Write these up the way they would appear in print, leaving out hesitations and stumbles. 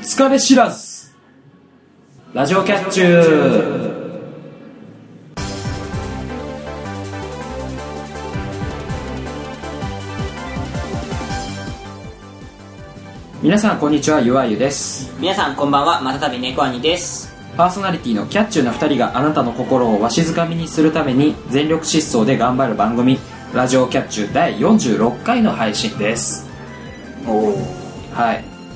疲れ知らずラジオキャッチュー。皆さんこんにちは、ゆわゆです。 皆さんこんばんは、またたび猫兄です。 パーソナリティのキャッチューな2人があなたの心をわしづかみにするために全力疾走で頑張る番組、ラジオキャッチュー第46回の配信です。はい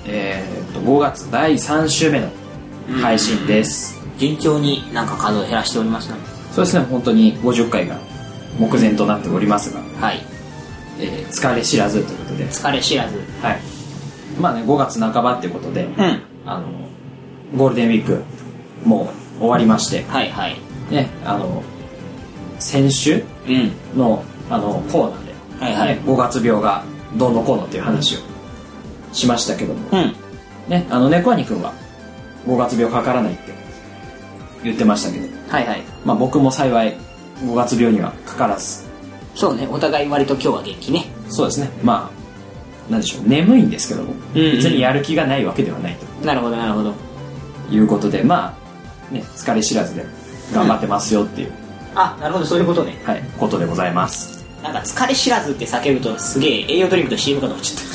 、5月第3週目の配信です。 順調になんか数を減らしておりますね。 そうですね、本当に50回が目前となっておりますが、 はい、 疲れ知らずということで、 疲れ知らず、 はい、まあね、5月半ばっていうことで、ゴールデンウィークもう終わりまして、 はいはい、 ね、先週の、コーナーで、 はいはい、 5月病がどうのこうのっていう話をしましたけども、ね、猫兄くんは5月病かからないって言ってましたけど、 はいはい、 まあ、僕も幸い5月病にはかからず。 そうね、お互い割と今日は元気ね。 そうですね、まあなんでしょう、眠いんですけども、別にやる気がないわけではないと。 なるほどなるほど。 いうことで、まあね、疲れ知らずで頑張ってますよっていう、 あ、なるほど、そういうことね。 はい、ことでございます。 なんか疲れ知らずって叫ぶとすげえ栄養ドリンクと CM かと思っちゃった。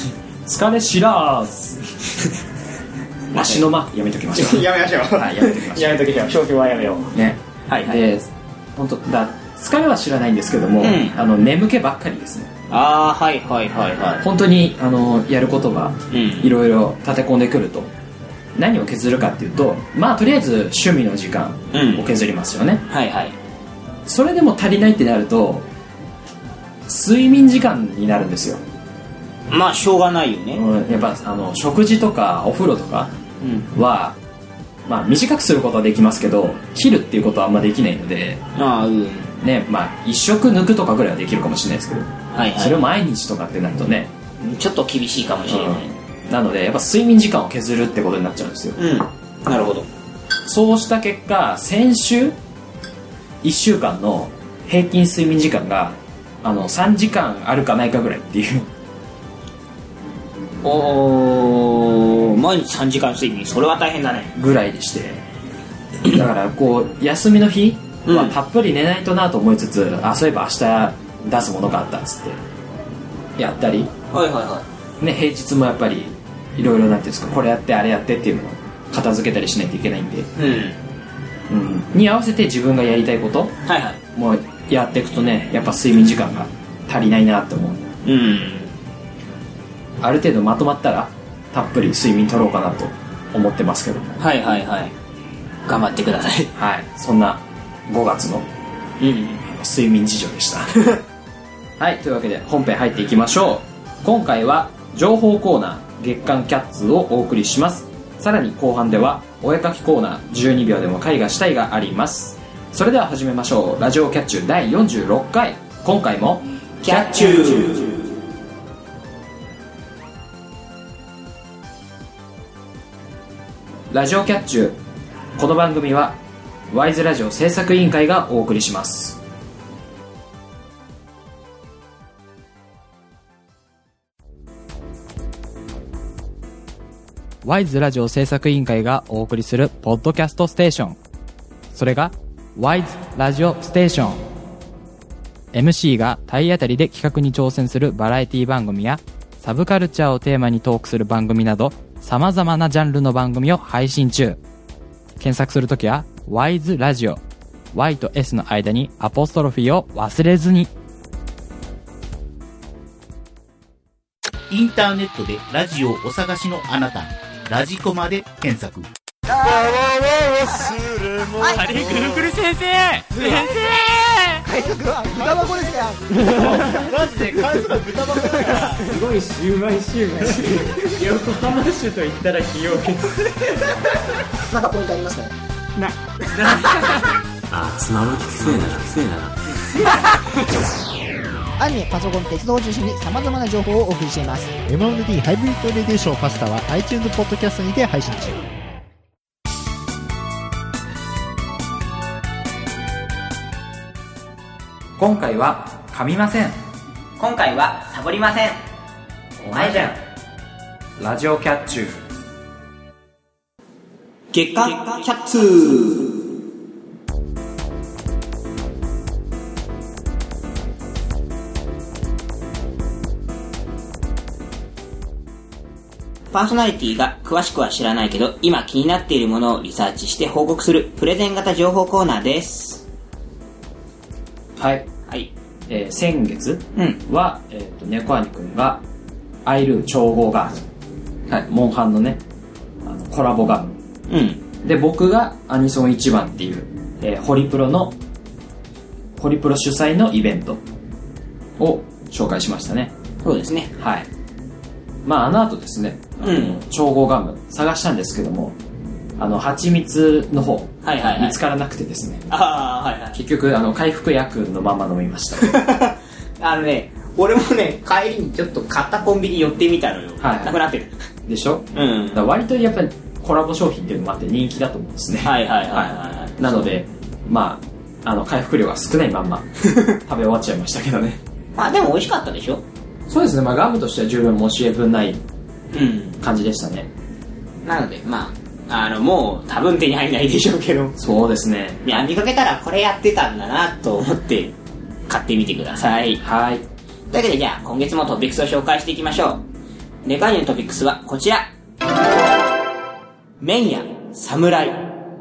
疲れ知らず足の間やめときましょう。 やめましょう。 はい、やめときましょう。 やめときましょう。商標はやめよう。 ね。 はいはい。 で、本当だ、疲れは知らないんですけども、眠気ばっかりですね。 ああ、はいはいはいはい。 本当にやることがいろいろ立て込んでくると、何を削るかっていうと、まあとりあえず趣味の時間を削りますよね。 はいはい。 それでも足りないってなると、睡眠時間になるんですよ。 まあしょうがないよね。 やっぱ食事とかお風呂とかは、まあ短くすることはできますけど、切るっていうことはあんまできないので、ね、まあ一食抜くとかぐらいはできるかもしれないですけど、はいはい、それを毎日とかってなるとね、 ちょっと厳しいかもしれない。 なのでやっぱ睡眠時間を削るってことになっちゃうんですよ。 なるほど。 そうした結果、先週1週間の平均睡眠時間が3時間あるかないかぐらいっていう毎日3時間睡眠、それは大変だね。 ぐらいでして、だからこう休みの日はたっぷり寝ないとなと思いつつ、あ、そういえば明日出すものがあったっつってやったり、 はいはいはい、ね、平日もやっぱりいろいろなんていうんですか、これやってあれやってっていうのを片付けたりしないといけないんで、に合わせて自分がやりたいこと、はいはい、もうやっていくとね、やっぱ睡眠時間が足りないなって思う。ある程度まとまったらたっぷり睡眠取ろうかなと思ってますけども。はいはいはい、 頑張ってください。 はい、そんな5月の睡眠事情でしたはい、というわけで本編入っていきましょう。今回は情報コーナー月刊キャッツをお送りします。さらに後半ではお絵かきコーナー12秒でも絵画したいがあります。それでは始めましょう。ラジオキャッチュー第46回、今回もキャッチュー。ラジオキャッチュー、この番組はワイズラジオ制作委員会がお送りします。ワイズラジオ制作委員会がお送りするポッドキャストステーション、それがワイズラジオステーション。 MC が体当たりで企画に挑戦するバラエティ番組やサブカルチャーをテーマにトークする番組など、様々なジャンルの番組を配信中。検索するときはワイズラジオ、 Y と S の間にアポストロフィーを忘れずに。 インターネットでラジオをお探しのあなた、ラジコマで検索。 あれ、ぐるぐる先生、海賊は豚箱ですやん。 マジで海賊は豚箱だから。 すごいシューマイ横浜市と言ったら崎陽軒。 なんかポイントありますかね。 あ、つまむきくせえな。 アニメ、パソコン、鉄道を中心に様々な情報をお送りしています。 M&D ハイブリッドレディーションパスタは iTunes ポッドキャストにて配信中。 今回は噛みません。 今回はサボりません。お前じゃん。 ラジオキャッチュー。 月刊キャッツ。パーソナリティが詳しくは知らないけど今気になっているものをリサーチして報告するプレゼン型情報コーナーです。 はい、 はい。 先月は、猫兄くんがアイルー調合ガム、はい、モンハンのねコラボガム、で僕がアニソン一番っていう、ホリプロ主催のイベントを紹介しましたね。 そうですね。 はい。まああの後ですね、調合ガム探したんですけども、蜂蜜の方、見つからなくてですね、結局回復薬のまま飲みました俺もね帰りにちょっと買ったコンビニ寄ってみたのよ、なくなってるでしょ、だから割とやっぱりコラボ商品っていうのもあって人気だと思うんですね。なのでまあ回復量が少ないまんま食べ終わっちゃいましたけどね。 まあでも美味しかったでしょ。 そうですね、まあガムとしては十分申し分ない感じでしたね。 なのでまあもう多分手に入らないでしょうけど、 そうですね、 いや見かけたらこれやってたんだなと思って買ってみてください。 はい。 というわけでじゃあ今月もトピックスを紹介していきましょう。ネカーニのトピックスはこちら。麺屋侍。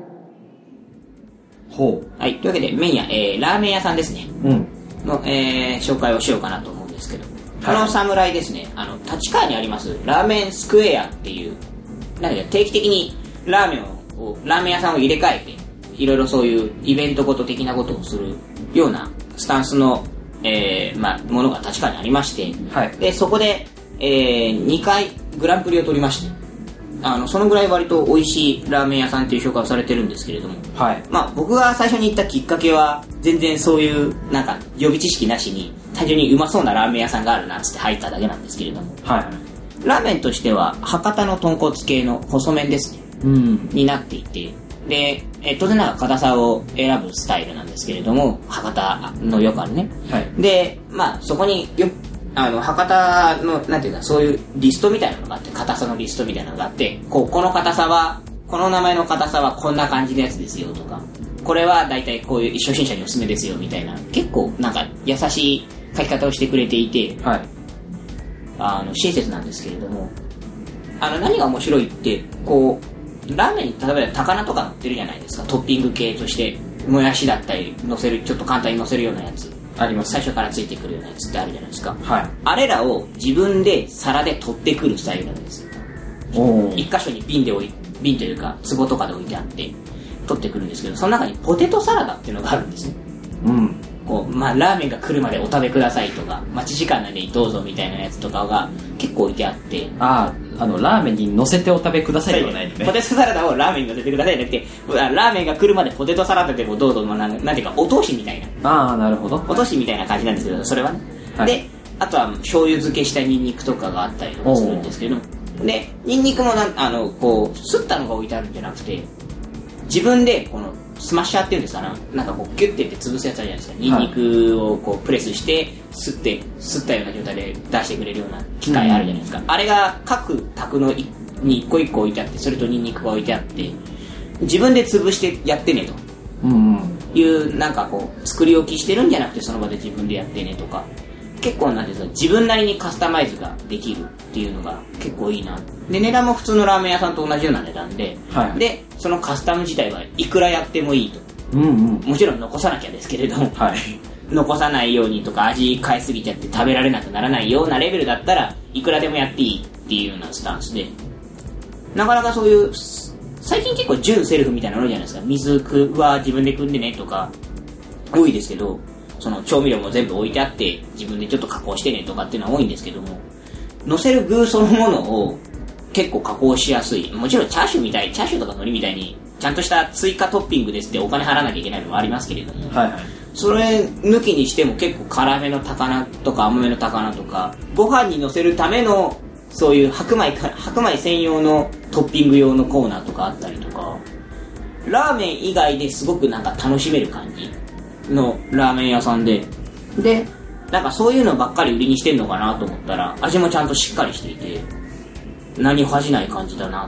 ほう。はい。というわけで麺屋、ラーメン屋さんですね。の、紹介をしようかなと思うんですけど、この侍ですね、立川にありますラーメンスクエアっていう、なんか定期的にラーメン屋さんを入れ替えて、いろいろそういうイベントごと的なことをするようなスタンスの、ものが立川にありまして、でそこで、2回グランプリを取りまして、そのぐらい割と美味しいラーメン屋さんっていう紹介をされてるんですけれども、まあ僕が最初に行ったきっかけは全然そういうなんか予備知識なしに単純にうまそうなラーメン屋さんがあるなっつって入っただけなんですけれども、ラーメンとしては博多の豚骨系の細麺ですね、になっていて、で、当然ながら硬さを選ぶスタイルなんですけれども、博多のよくあるね、でまあそこに博多のなんていうかそういうリストみたいなのがあって、硬さのリストみたいなのがあって、この硬さはこの名前の硬さはこんな感じのやつですよとか、これはだいたいこういう初心者におすすめですよみたいな、結構なんか優しい書き方をしてくれていて、親切なんですけれども、何が面白いってラーメンに例えば高菜とか乗ってるじゃないですか、トッピング系としてもやしだったり乗せる、ちょっと簡単に乗せるようなやつあります、最初からついてくるようなやつってあるじゃないですか、あれらを自分で皿で取ってくるスタイルなんですよ。一箇所に瓶というか壺とかで置いてあって取ってくるんですけど、その中にポテトサラダっていうのがあるんですね。ラーメンが来るまでお食べくださいとか、待ち時間なんでどうぞみたいなやつとかが結構置いてあって、 ラーメンに乗せてお食べくださいではないのね。 ポテトサラダをラーメンに乗せてくださいじゃなくて、ラーメンが来るまでポテトサラダでもどうぞ、なんていうかお通しみたいな、 なるほど、 お通しみたいな感じなんですけど、それはね、であとは醤油漬けしたニンニクとかがあったりとかするんですけど、でニンニクもすったのが置いてあるんじゃなくて、自分でこのスマッシャーっていうんですかな、なんかギュッてやって潰すやつあるじゃないですか、ニンニクをプレスしてすったような状態で出してくれるような機械あるじゃないですか、あれが各卓のに一個一個置いてあって、それとニンニクが置いてあって、自分で潰してやってねという、なんか作り置きしてるんじゃなくてその場で自分でやってねとか、結構なんですか、自分なりにカスタマイズができるっていうのが結構いいな。で値段も普通のラーメン屋さんと同じような値段で、でそのカスタム自体はいくらやってもいいと、もちろん残さなきゃですけれども、残さないようにとか味変えすぎちゃって食べられなくならないようなレベルだったらいくらでもやっていいっていうようなスタンスで、なかなかそういう最近結構純セルフみたいなのあるじゃないですか、水は自分で汲んでねとか多いですけど、その調味料も全部置いてあって自分でちょっと加工してねとかっていうのは多いんですけども、乗せる具そのものを結構加工しやすい。もちろんチャーシューとか海苔みたいにちゃんとした追加トッピングですってお金払わなきゃいけないのもありますけれども、それ抜きにしても結構辛めの高菜とか甘めの高菜とか、ご飯に乗せるためのそういう白米専用のトッピング用のコーナーとかあったりとか、ラーメン以外ですごくなんか楽しめる感じのラーメン屋さんで、なんかそういうのばっかり売りにしてんのかなと思ったら、味もちゃんとしっかりしていて何を恥じない感じだなっ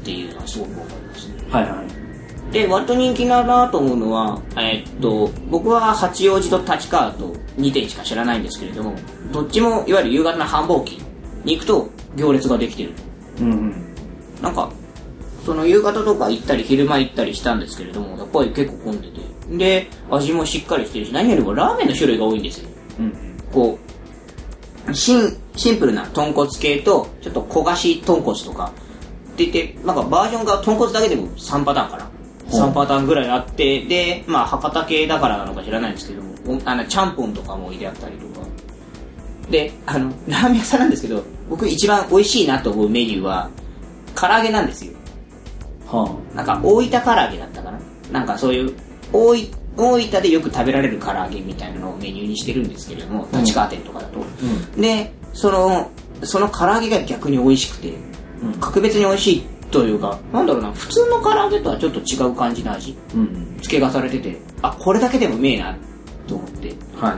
っていうのはすごく思いますね。 はいはい。 で、割と人気だなと思うのは、僕は八王子と立川と2店しか知らないんですけれども、どっちもいわゆる夕方の繁忙期に行くと行列ができてる。 うんうん。 なんか、その夕方とか行ったり昼間行ったりしたんですけれども、やっぱり結構混んでて、で、味もしっかりしてるし、何よりもラーメンの種類が多いんですよ。 うん。 こう、シンプルな豚骨系と、ちょっと焦がし豚骨とか、って言って、なんかバージョンが豚骨だけでも3パターンかな。3パターンぐらいあって、で、まあ博多系だからなのか知らないんですけども、ちゃんぽんとかも置いてあったりとか。で、ラーメン屋さんなんですけど、僕一番美味しいなと思うメニューは、唐揚げなんですよ。 はなんか大分唐揚げだったかな。なんかそういう、大分でよく食べられる唐揚げみたいなのをメニューにしてるんですけれども、立川店とかだと。うん、で、その唐揚げが逆に美味しくて、格別に美味しいというか、なんだろうな、普通の唐揚げとはちょっと違う感じの味、付けがされてて、あ、これだけでもうめえなと思って、 はい。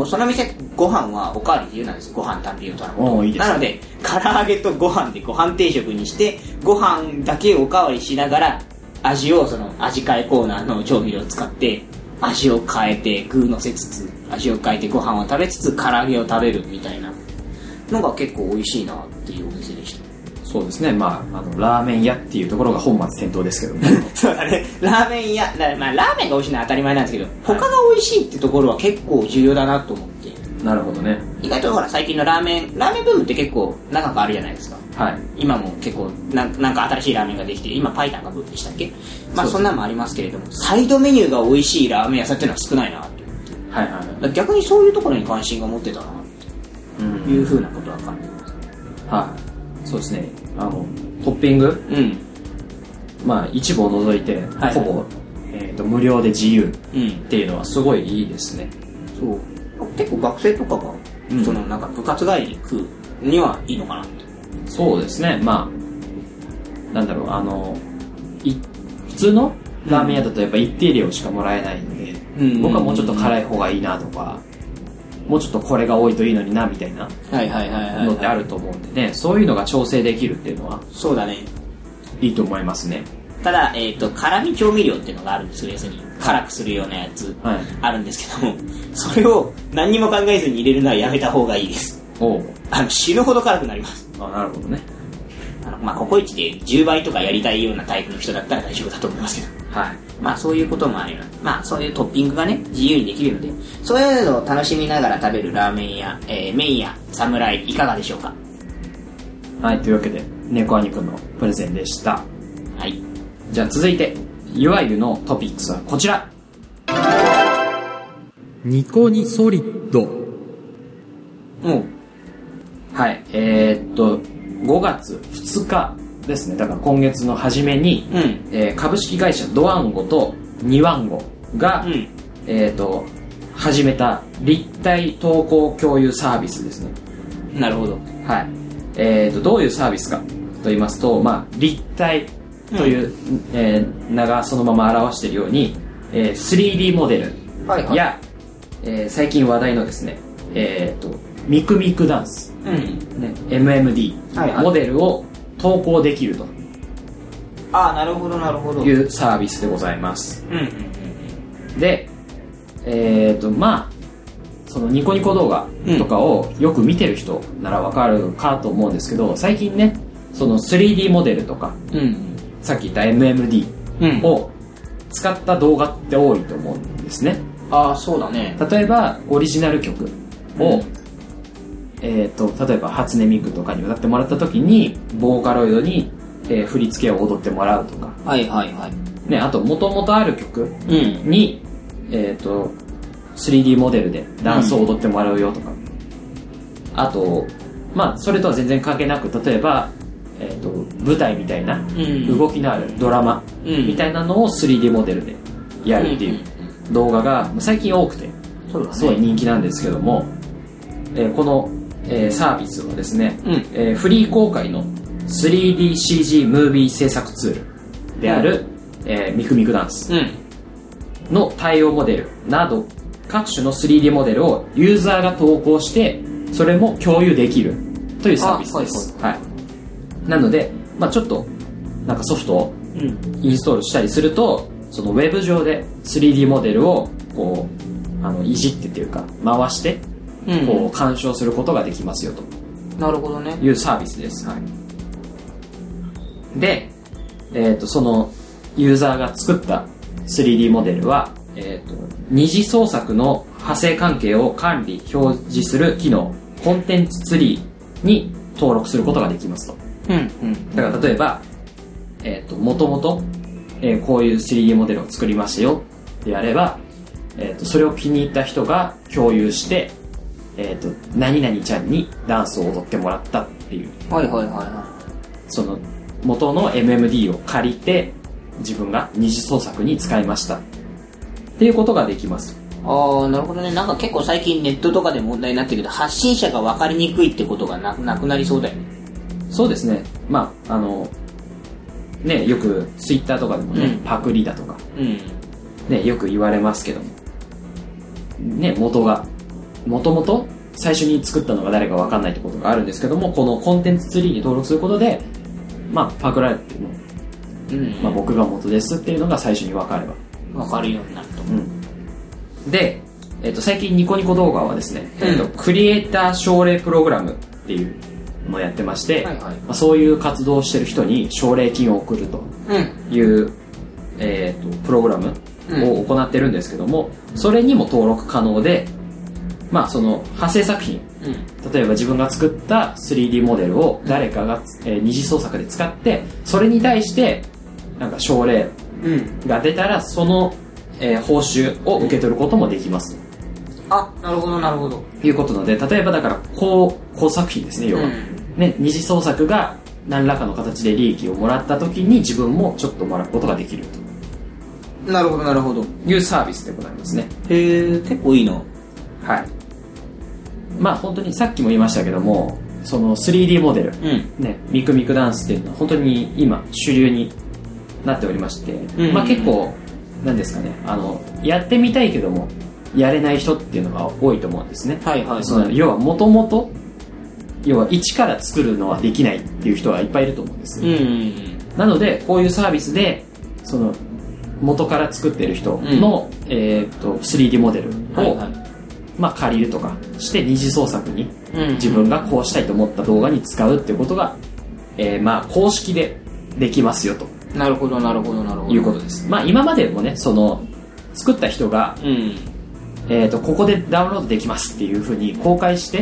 その店ご飯はおかわり自由なんですよ。ご飯単品を頼むと。 いいですね。 なので唐揚げとご飯でご飯定食にして、ご飯だけおかわりしながら味をその味変えコーナーの調味料を使って味を変えて具乗せつつ味を変えてご飯を食べつつ唐揚げを食べるみたいなのが結構美味しいなっていうお店でした。 そうですね。まあラーメン屋っていうところが本末転倒ですけどね。 そうだね。ラーメン屋、まあラーメンが美味しいのは当たり前なんですけど、他が美味しいってところは結構重要だなと思って。 なるほどね。 意外とほら最近のラーメンブームって結構長くあるじゃないですか。 はい。今も結構なんか新しいラーメンができて、今パイタンがブームでしたっけ。まあそんなのもありますけれども、サイドメニューが美味しいラーメン屋さんっていうのは少ないなって思って。 はいはい。 逆にそういうところに関心が持ってたなっていう風なことは感じます。 はい。そうですね。トッピング、まあ一部を除いて、ほぼ、無料で自由っていうのはすごいいいですね。 そう。結構学生とかが、そのなんか部活帰りに食うにはいいのかなって。 そうですね。まあなんだろう、普通のラーメン屋だとやっぱ一定量しかもらえないので、僕はもうちょっと辛い方がいいなとか、もうちょっとこれが多いといいのになみたいなのってあると思うんでね、そういうのが調整できるっていうのはそうだね、 いいと思いますね。 ただ、辛味調味料っていうのがあるんですよ。要するに辛くするようなやつ、あるんですけども、それを何にも考えずに入れるのはやめた方がいいです。死ぬほど辛くなります。 なるほどね。 まあココイチで10倍とかやりたいようなタイプの人だったら大丈夫だと思いますけど、まあそういうこともあるよ。まあそういうトッピングがね自由にできるので、そういうのを楽しみながら食べるラーメンや、麺や侍いかがでしょうか。 はい、というわけで猫兄くんのプレゼンでした。 はい。 じゃあ続いていわゆるのトピックスはこちら。 ニコニソリッド。 はい、5月2日ですね。だから今月の初めに、株式会社ドワンゴとニワンゴが、始めた立体投稿共有サービスですね。 なるほど。 はい。どういうサービスかと言いますと、まあ立体という、名がそのまま表しているように、3D モデルや、最近話題のですね、ミクミクダンス、MMD、モデルを投稿できると。 なるほどなるほど。 いうサービスでございます。で、まあそのニコニコ動画とかをよく見てる人ならわかるかと思うんですけど、最近ね、その 3D モデルとか、さっき言った MMD を使った動画って多いと思うんですね。 そうだね。 例えばオリジナル曲を、例えば初音ミクとかに歌ってもらった時にボーカロイドに、振り付けを踊ってもらうとか、ね、あと元々ある曲に、3D モデルでダンスを踊ってもらうよとか、あとまあそれとは全然関係なく、例えば、舞台みたいな、動きのあるドラマみたいなのを 3D モデルでやるっていう動画が最近多くて、すごい人気なんですけども、この、サービスはですね、フリー公開の 3DCG ムービー制作ツールである、ミクミクダンスの対応モデルなど各種の 3D モデルをユーザーが投稿してそれも共有できるというサービスです。なので、まあ、ちょっとなんかソフトをインストールしたりすると、そのウェブ上で 3D モデルをこういじってっていうか回してこう鑑賞することができますよと。 なるほどね。 いうサービスです。はい。で、そのユーザーが作った 3D モデルは、二次創作の派生関係を管理表示する機能コンテンツツリーに登録することができますと。だから例えばもともとこういう 3D モデルを作りましたよってやれば、それを気に入った人が共有して、何々ちゃんにダンスを踊ってもらったっていう、その元の MMD を借りて自分が二次創作に使いましたっていうことができます。 ああ、なるほどね。なんか結構最近ネットとかで問題になってるけど、発信者が分かりにくいってことがなくなりそうだよね。 そうですね。まあね、よくツイッターとかでもね、パクリだとか、ね、よく言われますけどもね、もともと最初に作ったのが誰か分かんないってことがあるんですけども、このコンテンツツリーに登録することで、まあパクられても、まあ、僕が元ですっていうのが最初に分かれば分かるようになると。 で、最近ニコニコ動画はですね、クリエイター奨励プログラムっていうのをやってまして、まあ、そういう活動をしてる人に奨励金を送るという、プログラムを行ってるんですけども、それにも登録可能で、まあその派生作品、例えば自分が作った 3D モデルを誰かが、二次創作で使って、それに対してなんか奨励が出たら、その、報酬を受け取ることもできます。 あ、なるほどなるほど。 いうことなので、例えばだから工作品ですね、要は、ね、二次創作が何らかの形で利益をもらった時に自分もちょっともらうことができると。なるほどなるほど。 いうサービスでございますね。 へえ、結構いいの。 はい。まあ本当にさっきも言いましたけども、その 3D モデル、ね、ミクミクダンスっていうのは本当に今主流になっておりまして、まあ結構なんですかね、やってみたいけどもやれない人っていうのが多いと思うんですね。その要はもともと一から作るのはできないっていう人がいっぱいいると思うんです。なのでこういうサービスでその元から作ってる人の、3D モデルを、まあ、借りるとかして二次創作に自分がこうしたいと思った動画に使うっていうことが、まあ公式でできますよと。 なるほどなるほどなるほど。 いうことです。まあ今までもね、その作った人が、ここでダウンロードできますっていうふうに公開して、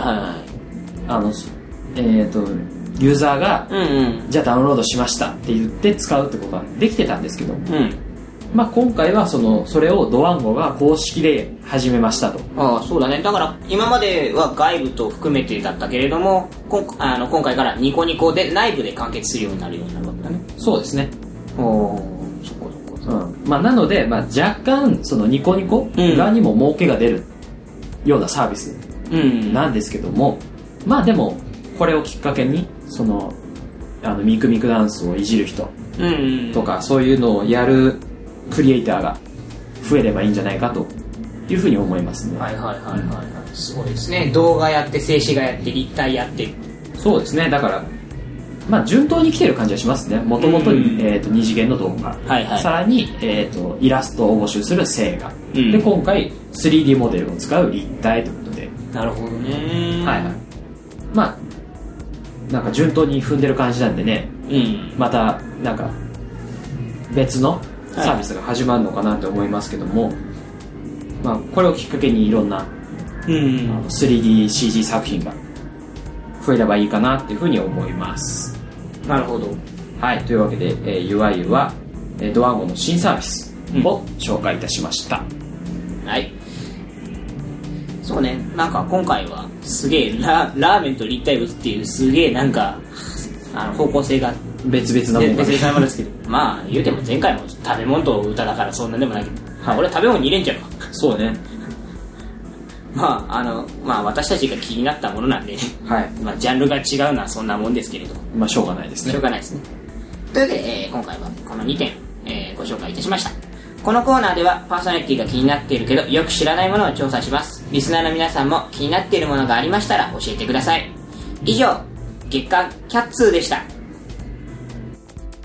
ユーザーが、じゃあダウンロードしましたって言って使うってことはできてたんですけど、まあ今回はそれをドワンゴが公式で始めましたと。 ああ、そうだね。だから今までは外部と含めてだったけれども、今回からニコニコで内部で完結するようになるようになるわけだね。 そうですね。 そこ。 まあなので、まあ若干そのニコニコ側にも儲けが出るようなサービスなんですけども、まあでもこれをきっかけにミクミクダンスをいじる人とか、そういうのをやるクリエイターが増えればいいんじゃないかというふうに思いますね。 すごいですね。動画やって静止画やって立体やって。 そうですね。だからまあ順当に来てる感じはしますね。もともと二次元の動画、さらに、イラストを募集する静画、で今回 3D モデルを使う立体ということで。 なるほどね。 まあなんか順当に踏んでる感じなんでね、またなんか別のサービスが始まるのかなと思いますけども、まあこれをきっかけにいろんな、3DCG 作品が増えればいいかなっていうふうに思います。 なるほど。 はい、というわけで、UI はドワンゴの新サービスを紹介いたしました。 はい。そうね、なんか今回はすげえラーメンと立体物っていうすげえなんか方向性が別々なものですけど、まあ言うても前回も食べ物と歌だからそんなでもないけど、俺食べ物に入れんじゃんか。 そうね。 まあ私たちが気になったものなんで、まあジャンルが違うのはそんなもんですけれど、 まあしょうがないですね。 しょうがないですね。というわけで、今回はこの2点、ご紹介いたしました。このコーナーではパーソナリティが気になっているけどよく知らないものを調査します。リスナーの皆さんも気になっているものがありましたら教えてください。以上、月刊キャッツーでした。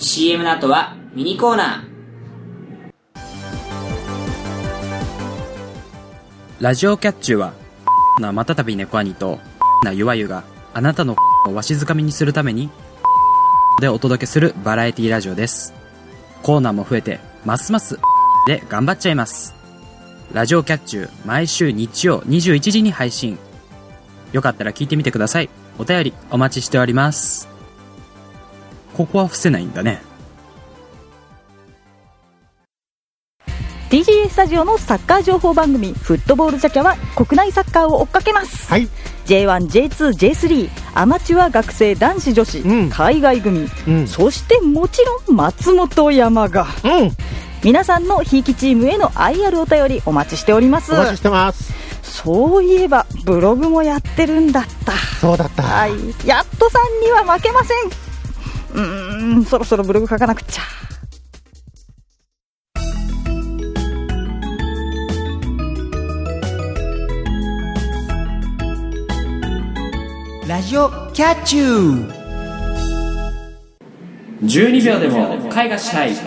CM の後はミニコーナー。ラジオキャッチューはなまたたび猫兄となゆわゆがあなたのをわしづかみにするためにでお届けするバラエティラジオです。コーナーも増えてますますで頑張っちゃいます。ラジオキャッチュー毎週日曜21時に配信。よかったら聞いてみてください。お便りお待ちしております。ここは伏せないんだね。 TGA スタジオのサッカー情報番組フットボールチャチャは国内サッカーを追っかけます、はい、J1、J2、J3 アマチュア学生男子女子、海外組、そしてもちろん松本山が、皆さんのひいきチームへの愛あるお便りお待ちしております。 お待ちしてます。 そういえばブログもやってるんだった。 そうだった、 はい、やっとさんには負けません。そろそろブログ書かなくっちゃ。 ラジオキャッチュー。 12秒でも絵画したい。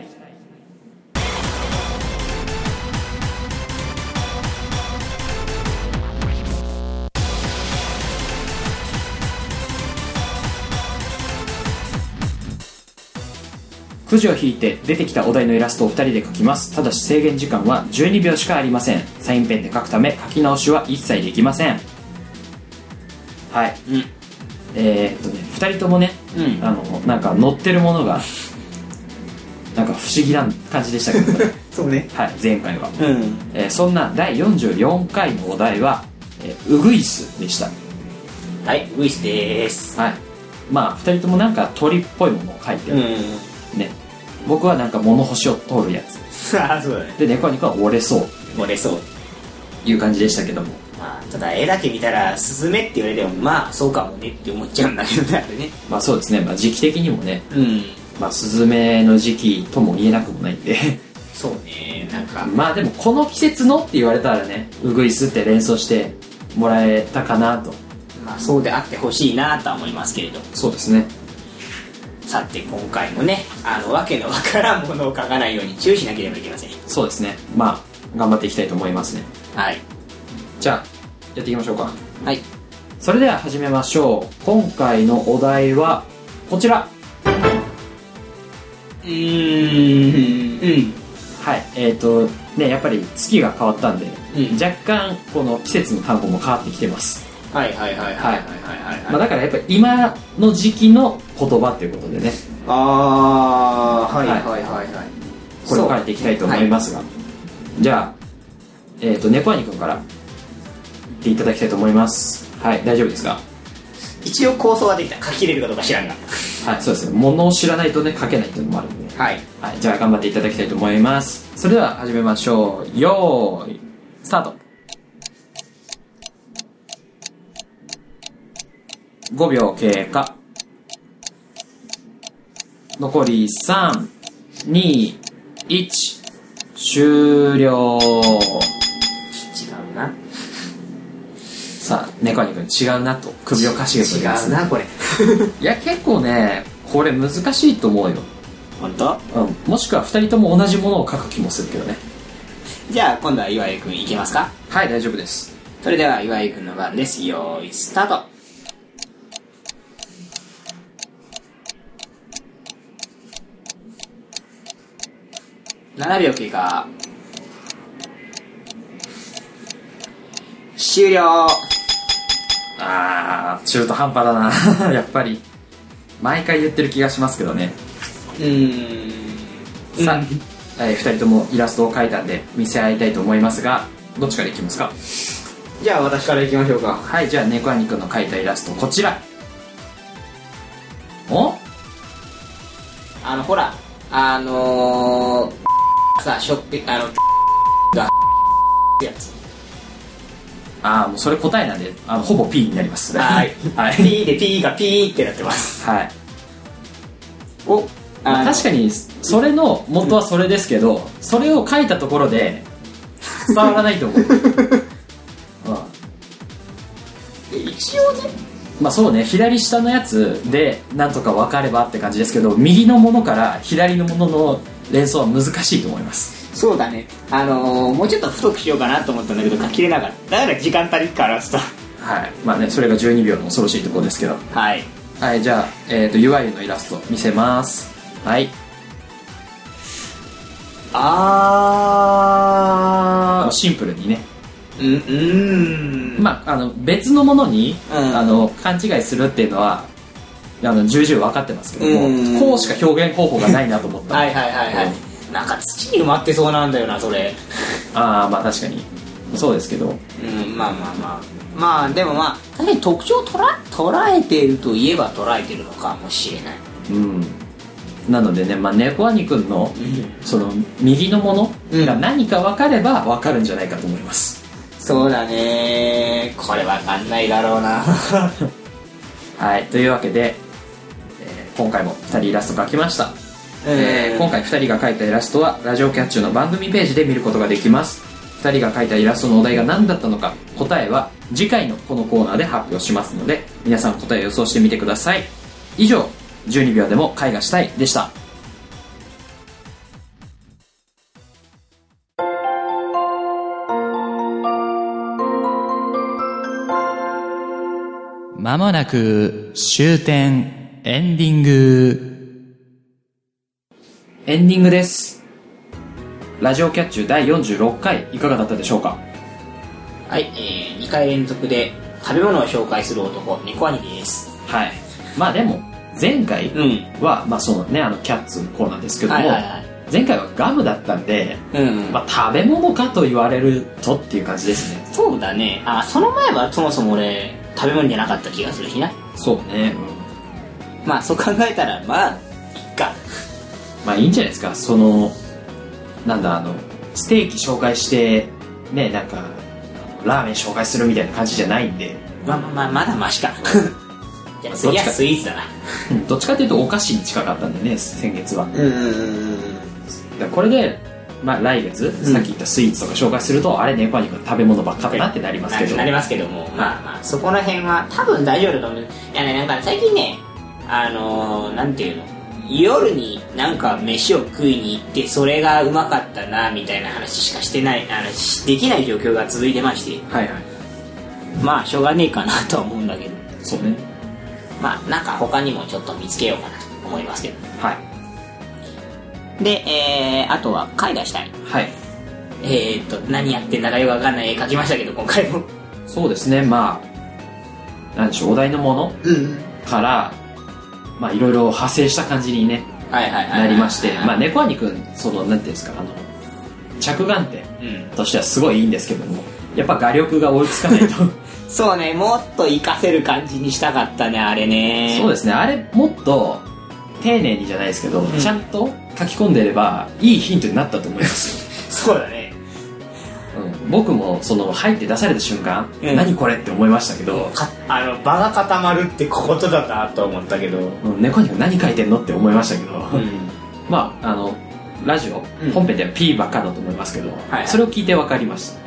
くじを引いて出てきたお題のイラストを2人で描きます。ただし制限時間は12秒しかありません。サインペンで描くため書き直しは一切できません。はい、2人ともね、なんか乗ってるものがなんか不思議な感じでしたけどねそうね、 はい、前回は、そんな第44回のお題は、ウグイスでした。 はい、ウグイスです。 はい、まあ2人ともなんか鳥っぽいものを描いてる、ね、僕はなんか物干しを通るやつああそうだね。 で猫は折れそう折れそういう感じでしたけども、 まあ、ただ絵だけ見たらスズメって言われてもまあそうかもねって思っちゃうんだけどね、あれね。 まあそうですね、まあ、時期的にもね、まあスズメの時期とも言えなくもないんでそうね、なんかまあでもこの季節のって言われたらね、ウグイスって連想してもらえたかなと。 まあそうであってほしいなとは思いますけれど。 そうですね。 さて今回もね、わけのわからんものを書かないように注意しなければいけません。 そうですね、まあ頑張っていきたいと思いますね。 はい、 じゃあやっていきましょうか。 はい、 それでは始めましょう。今回のお題はこちら。はい、ね、やっぱり月が変わったんで、若干この季節の単語も変わってきてます。 はいはいはいはいはいはい、 まあ、だからやっぱり今の時期の言葉っていうことでね、 ああはいはいはいはい、 これを変えていきたいと思いますが、じゃあ猫兄くんから言っていただきたいと思います。はい、大丈夫ですか？ 一応構想はできた。書き入れるかどうか知らんがはい、そうですね、ものを知らないとね書けないっていうのもあるんで、はい、はい、じゃあ頑張っていただきたいと思います。それでは始めましょう。よーいスタート。5秒経過。残り3、2、1、終了。 違うな。 さあ、猫兄くん違うなと首をかしげております。 違うな、これ。 いや、結構ね、これ難しいと思うよ。 本当？ もしくは2人とも同じものを書く気もするけどね。 じゃあ、今度は岩井くんいけますか？ はい、大丈夫です。 それでは岩井くんの番です。よーい、スタート。7秒経過。終了。 中途半端だなやっぱり毎回言ってる気がしますけどね。さあ、2人ともイラストを描いたんで見せ合いたいと思いますが、どっちからいきますか？ じゃあ私からいきましょうか。 はい、じゃあ猫兄くんの描いたイラストこちら。お？ ほらさ、ショッピがやつ。 もうそれ答えなんでほぼ P になります。 はい、はい、P で P が P ってなってます。はい。 確かにそれの元はそれですけど、それを書いたところで伝わらないと思う。 一応ね、 まあそうね、左下のやつでなんとか分かればって感じですけど、右のものから左のものの連想は難しいと思います。 そうだね、もうちょっと太くしようかなと思ったんだけど書ききれなかった。だから時間足りっからさ。 はい、まあね、それが12秒の恐ろしいところですけど。 はいはい、じゃあ、UI のイラスト見せます。はい。シンプルにね。まあ、別のものに、勘違いするっていうのは重々分かってますけども、こうしか表現方法がないなと思った。 はいはいはいはい、なんか土に埋まってそうなんだよなそれ。 まあ確かにそうですけど、 まあでもまあ確かに特徴を捉えているといえば捉えてるのかもしれない。 なのでね、まあ、猫兄くんのその右のものが何か分かれば分かるんじゃないかと思います。 そうだね、これ分かんないだろうなはい、というわけで、今回も2人イラスト描きました。今回2人が描いたイラストはラジオキャッチュの番組ページで見ることができます。2人が描いたイラストのお題が何だったのか、答えは次回のこのコーナーで発表しますので、皆さん答えを予想してみてください。以上、12秒でも絵画したいでした。 まもなく終点エンディング。 エンディングです。ラジオキャッチュ第46回いかがだったでしょうか。 はい、2回連続で食べ物を紹介する男、猫兄です。 はい。まあでも前回は、まあそのね、キャッツのコーナーですけども、前回はガムだったんで、まあ食べ物かと言われるとっていう感じですね。 そうだね。その前はそもそも俺食べ物じゃなかった気がするしな。 そうね、 まあそう考えたらまあいっか。 まあいいんじゃないですか。そのなんだ、ステーキ紹介してね、なんかラーメン紹介するみたいな感じじゃないんで、 まだマシかじゃあ次はスイーツだなどっちかというとお菓子に近かったんでね、先月は。だこれで、まあ、来月、さっき言ったスイーツとか紹介すると、あれ猫兄くん食べ物ばっかだなってなりますけど、 なりますけども、まあそこら辺は多分大丈夫だと思う。いやね、なんか最近ね、なんていうの、夜になんか飯を食いに行ってそれがうまかったなみたいな話しかしてない、できない状況が続いてまして、まあしょうがねえかなとは思うんだけど。 そうね。 まあなんか他にもちょっと見つけようかなと思いますけど。 はい。 で、あとは絵画したい。 はい。 何やってんだかよくわかんない絵描きましたけど、今回も。 そうですね、まあなんでしょう、お題のものから、まあいろいろ派生した感じにね、なりまして、まあ猫兄くん、そのなんていうんですか、着眼点としてはすごいいいんですけども、やっぱ画力が追いつかないとそうね、もっと活かせる感じにしたかったね、あれね。 そうですね、あれもっと丁寧にじゃないですけど、ちゃんと書き込んでればいいヒントになったと思いますそうだね。 僕もその入って出された瞬間、何これって思いましたけど、 場が固まるってことだなと思ったけど、 猫に何書いてんのって思いましたけど、まあラジオ、本編では P ばっかだと思いますけど、それを聞いて分かりました。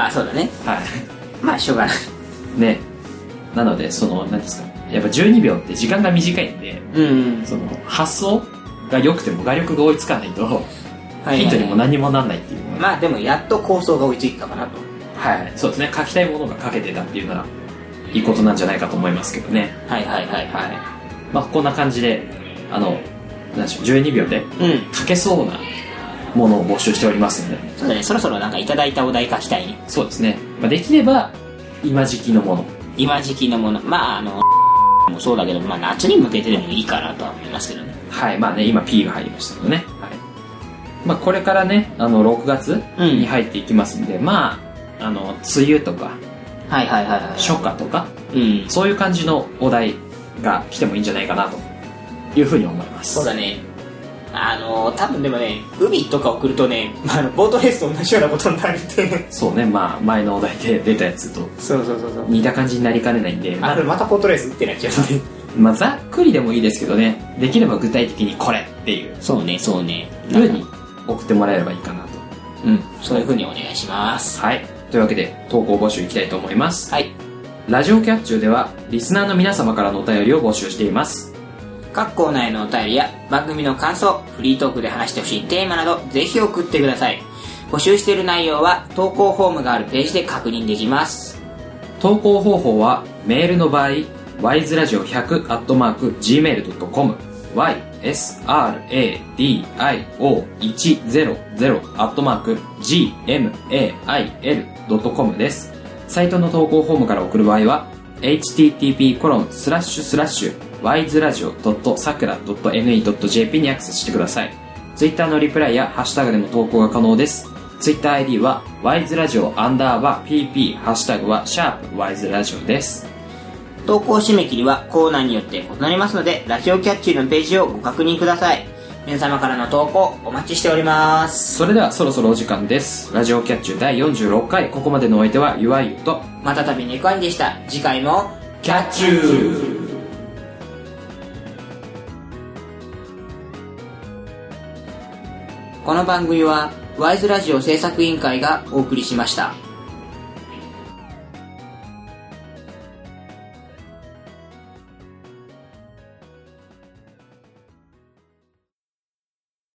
そうだね。 はい。 まあしょうがないね。なのでその何ですか、やっぱ12秒って時間が短いんで、その発想が良くても画力が追いつかないとヒントにも何もなんないっていう。 まあでもやっと構想が追いついたかなと。 はい、そうですね。書きたいものが書けてたっていうのはいいことなんじゃないかと思いますけどね。まあこんな感じで何でしょう、12秒で書けそうなものを募集しておりますので、 そうだね、そろそろなんかいただいたお題書きたいね。 そうですね、まあ、できれば今時期のもの、 まあもそうだけど、まあ夏に向けてでもいいかなとは思いますけどね。 はい、まあね、今 P が入りましたのでね、まあこれからね、6月に入っていきますんで、まあ梅雨とか初夏とか、そういう感じのお題が来てもいいんじゃないかなというふうに思います。 そうだね、多分でもね、海とか送るとね、ボートレースと同じようなことになるってそうね、まあ前のお題で出たやつと似た感じになりかねないんで、 またボートレースってなっちゃうねまあざっくりでもいいですけどね、できれば具体的にこれっていう、 そうねふうに送ってもらえればいいかなと。 そういうふうにお願いします。 はい、というわけで投稿募集いきたいと思います。 はい。 ラジオキャッチューではリスナーの皆様からのお便りを募集しています。 各コーナーへのお便りや番組の感想、フリートークで話してほしいテーマなどぜひ送ってください。募集している内容は投稿フォームがあるページで確認できます。 投稿方法はメールの場合 wiseradio100@gmail.com ysradio100@gmail.com です。サイトの投稿フォームから送る場合は http://wiseradio.sakura.ne.jp にアクセスしてください。ツイッターのリプライやハッシュタグでも投稿が可能です。ツイッター ID は wiseradio_pp ハッシュタグは#wiseradio です。 投稿締め切りはコーナーによって異なりますので、ラジオキャッチューのページをご確認ください。皆様からの投稿お待ちしております。 それではそろそろお時間です。ラジオキャッチュー第46回、ここまでのお相手はゆわゆとまたたび猫兄でした。次回もキャッチュー。 この番組はワイズラジオ制作委員会がお送りしました。